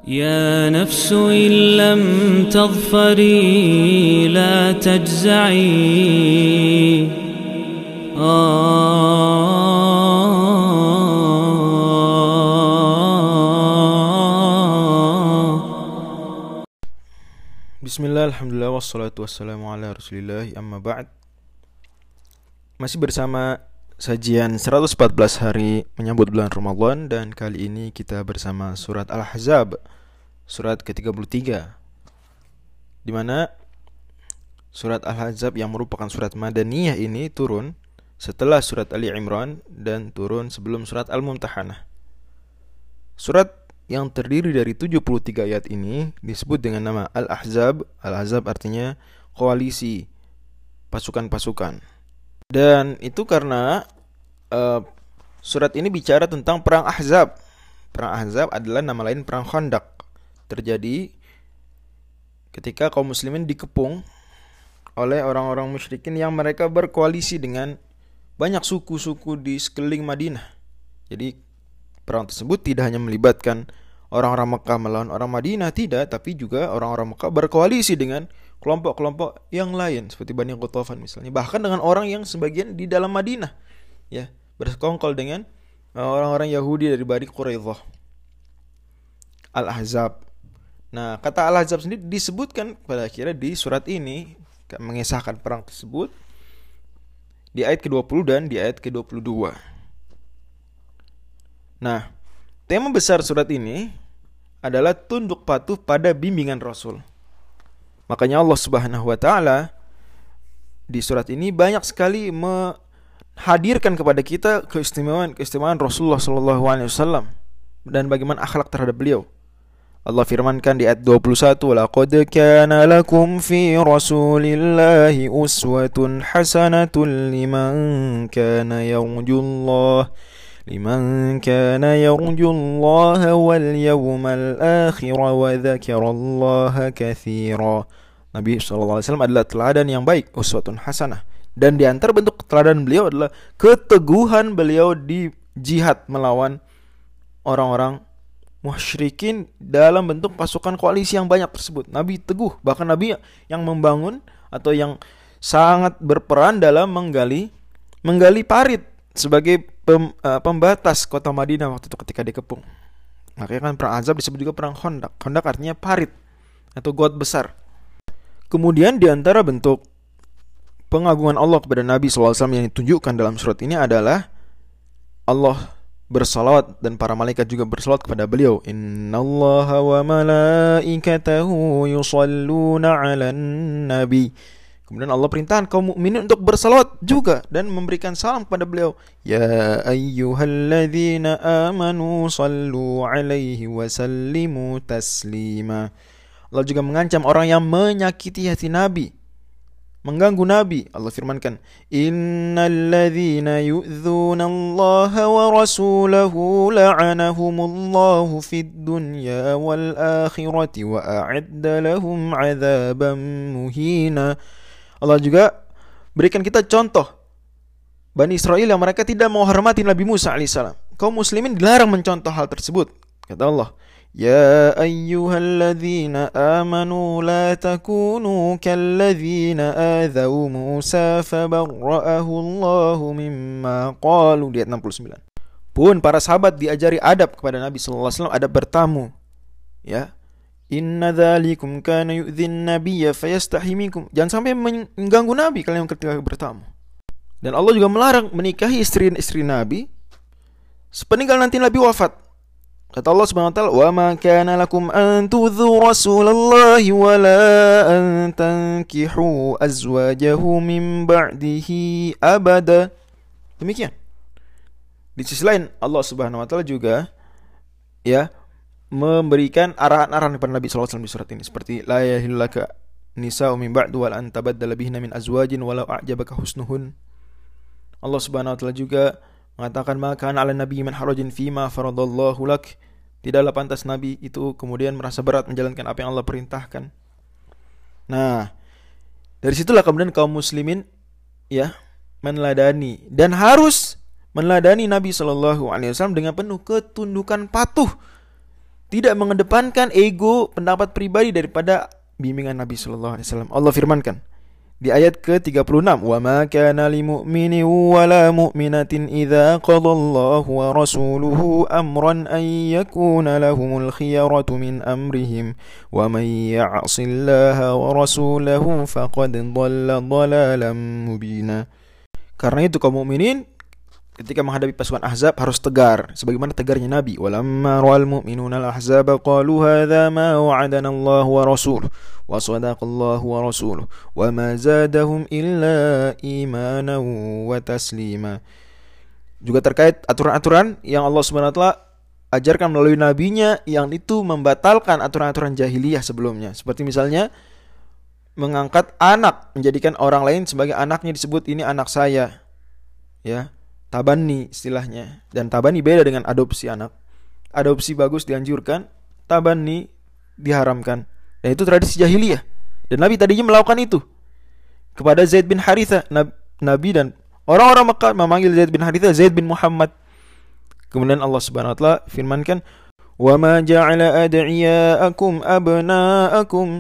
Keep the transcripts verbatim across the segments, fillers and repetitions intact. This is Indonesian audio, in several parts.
يا نفس إن لم تظفري لا تجزعي Bismillah, alhamdulillah, wassalatu wassalamu ala rasulillah, amma ba'd. Masih bersama sajian seratus empat belas hari menyambut bulan Ramadan. Dan kali ini kita bersama surat Al-Ahzab, surat ke tiga puluh tiga, dimana surat Al-Ahzab yang merupakan surat Madaniyah ini turun setelah surat Ali Imran dan turun sebelum surat Al-Mumtahanah. Surat yang terdiri dari tujuh puluh tiga ayat ini disebut dengan nama Al-Ahzab. Al-Ahzab artinya koalisi, pasukan-pasukan. Dan itu karena uh, surat ini bicara tentang perang Ahzab. Perang Ahzab adalah nama lain perang Khandaq. Terjadi ketika kaum muslimin dikepung oleh orang-orang musyrikin yang mereka berkoalisi dengan banyak suku-suku di sekeliling Madinah. Jadi perang tersebut tidak hanya melibatkan orang-orang Mekah melawan orang Madinah, tidak, tapi juga orang-orang Mekah berkoalisi dengan kelompok-kelompok yang lain seperti Bani Qutafan misalnya, bahkan dengan orang yang sebagian di dalam Madinah, ya, bersekongkol dengan orang-orang Yahudi dari Bani Quraidah. Al-Ahzab. Nah, kata Al-Ahzab sendiri disebutkan pada akhirnya di surat ini, mengisahkan perang tersebut di ayat ke dua puluh dan di ayat ke dua puluh dua. Nah, tema besar surat ini adalah tunduk patuh pada bimbingan Rasul. Makanya Allah Subhanahu wa taala di surat ini banyak sekali menghadirkan kepada kita keistimewaan-keistimewaan Rasulullah sallallahu alaihi wasallam dan bagaimana akhlak terhadap beliau. Allah firmankan di ayat dua puluh satu, "Laqad kana lakum fi Rasulillahi uswatun hasanatun liman kana yarjullaha liman kana yarjullaha wal yawmal akhir wa dzakarallaha katsira." Nabi sallallahu alaihi wasallam adalah teladan yang baik, uswatun hasanah. Dan di antara bentuk teladan beliau adalah keteguhan beliau di jihad melawan orang-orang musyrikin dalam bentuk pasukan koalisi yang banyak tersebut. Nabi teguh, bahkan Nabi yang membangun atau yang sangat berperan dalam menggali menggali parit sebagai pem, uh, pembatas kota Madinah waktu itu ketika dikepung. Makanya kan perang Ahzab disebut juga perang Khandaq. Khandaq artinya parit atau got besar. Kemudian di antara bentuk pengagungan Allah kepada Nabi sallallahu alaihi wasallam yang ditunjukkan dalam surat ini adalah Allah bersalawat dan para malaikat juga bersalawat kepada beliau. Innallaha wa malaikatahu yusalluna 'alan nabi. Kemudian Allah perintahkan kaum mukminin untuk bersalawat juga dan memberikan salam kepada beliau. Ya ayyuhalladzina amanu sallu 'alaihi wa sallimu taslima. Allah juga mengancam orang yang menyakiti hati Nabi, mengganggu Nabi. Allah firmankan, innalladzina yu'dzunallaha wa rasulahu la'anahumullahu fid dunya wal akhirati wa a'adda lahum 'adzaban muhina. Allah juga berikan kita contoh Bani Israel yang mereka tidak mau hormati Nabi Musa alaihissalam. Kaum muslimin dilarang mencontoh hal tersebut. Kata Allah, ya ayyuhalladzina amanu la takunu kalladzina adzaw Musa fabarra'ahu Allahu mimma qalu. Di ayat enam puluh sembilan. Pun para sahabat diajari adab kepada Nabi sallallahu alaihi wasallam, adab bertamu. Ya. Inna dzalikum kana yu'dhin nabiyya fayastahi minkum. Jangan sampai mengganggu Nabi kalian ketika bertamu. Dan Allah juga melarang menikahi istri-istri Nabi sepeninggal nanti Nabi wafat. Kata Allah Subhanahu wa taala, "Wa ma kana lakum an tu'dhu Rasulallahi wa la an tankihu azwajahu min ba'dihi abada." Demikian. Di sisi lain Allah Subhanahu wa taala juga ya memberikan arahan-arahan kepada Nabi sallallahu alaihi wasallam di surat ini seperti la yahillaka nisa'u min ba'du wa la an tabaddala bihna min azwajin walau a'jabaka husnuhun. Allah Subhanahu wa taala juga mengatakan, maka 'ala nabi man harajin fima faradallahu lak. Tidaklah pantas Nabi itu kemudian merasa berat menjalankan apa yang Allah perintahkan. Nah, dari situlah kemudian kaum muslimin ya meneladani dan harus meneladani Nabi sallallahu alaihi wasallam dengan penuh ketundukan patuh tidak mengedepankan ego, pendapat pribadi daripada bimbingan Nabi sallallahu alaihi wasallam. Allah firmankan di ayat ke tiga puluh enam, "Wa ma kana lil mu'mini wa la mu'minatin idza qadallahu wa rasuluhu amran an yakuna lahumul khiyaratu min amrihim wa may ya'sillaha wa rasulahu faqad dhalla dhalalan mubina." Karena itu kaum mukminin ketika menghadapi pasukan Ahzab harus tegar sebagaimana tegarnya Nabi. Walamma ra'al mu'minuna al-ahzaba qalu hadza ma wa'adana Allah wa rasuluhu wa sadaqallahu wa rasuluhu wa ma zadahum illa imanan wa taslima. Juga terkait aturan-aturan yang Allah Subhanahu wa taala ajarkan melalui nabinya yang itu membatalkan aturan-aturan jahiliyah sebelumnya. Seperti misalnya mengangkat anak, menjadikan orang lain sebagai anaknya, disebut ini anak saya. Ya. Tabani istilahnya. Dan tabani beda dengan adopsi anak. Adopsi bagus dianjurkan, tabani diharamkan. Dan itu tradisi jahiliyah. Dan Nabi tadinya melakukan itu kepada Zaid bin Haritha. Nabi dan orang-orang Mekah memanggil Zaid bin Haritha Zaid bin Muhammad. Kemudian Allah Subhanahu wa taala firmankan, "Wa ma ja'ala ad'iyaakum abna'akum."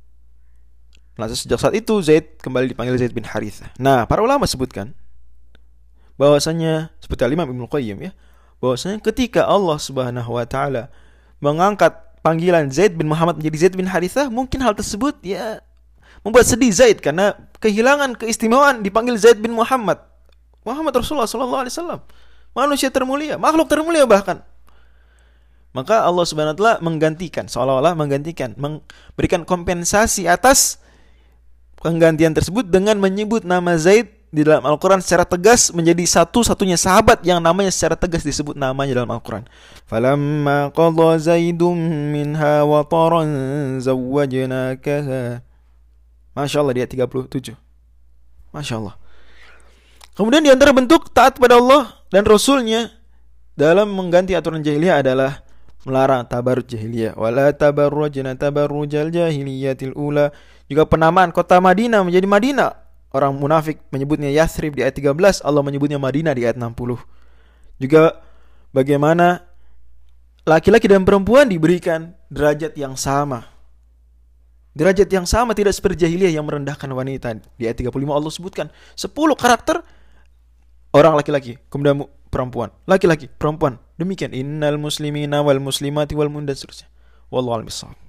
Nah, sejak saat itu Zaid kembali dipanggil Zaid bin Haritha. Nah, para ulama sebutkan bahwasanya seperti Al-Imam Ibnu Qayyim ya, bahwasanya ketika Allah Subhanahu wa taala mengangkat panggilan Zaid bin Muhammad menjadi Zaid bin Harithah, mungkin hal tersebut ya membuat sedih Zaid karena kehilangan keistimewaan dipanggil Zaid bin Muhammad. Muhammad Rasulullah sallallahu alaihi wasallam, manusia termulia, makhluk termulia bahkan. Maka Allah Subhanahu wa taala menggantikan, seolah-olah menggantikan, memberikan kompensasi atas penggantian tersebut dengan menyebut nama Zaid di dalam Al-Quran secara tegas menjadi satu-satunya sahabat yang namanya secara tegas disebut namanya dalam Al-Quran. Falamma qadha Zaidum minha wataran zawwajnakaha. Masya Allah, di ayat tiga puluh tujuh. Masya Allah. Kemudian di antara bentuk taat pada Allah dan Rasulnya dalam mengganti aturan jahiliyah adalah melarang tabarruj jahiliyah. Wala tabarrujna tabarrujal jahiliyatil ula. Juga penamaan kota Madinah menjadi Madinah. Orang munafik menyebutnya Yathrib di ayat tiga belas, Allah menyebutnya Madinah di ayat enam puluh. Juga bagaimana laki-laki dan perempuan diberikan derajat yang sama. Derajat yang sama, tidak seperti jahiliyah yang merendahkan wanita. Di ayat tiga puluh lima Allah sebutkan sepuluh karakter orang laki-laki, kemudian perempuan, laki-laki, perempuan. Demikian innal muslimina wal muslimati wal mu'minat. Wallahu a'lam bishawab.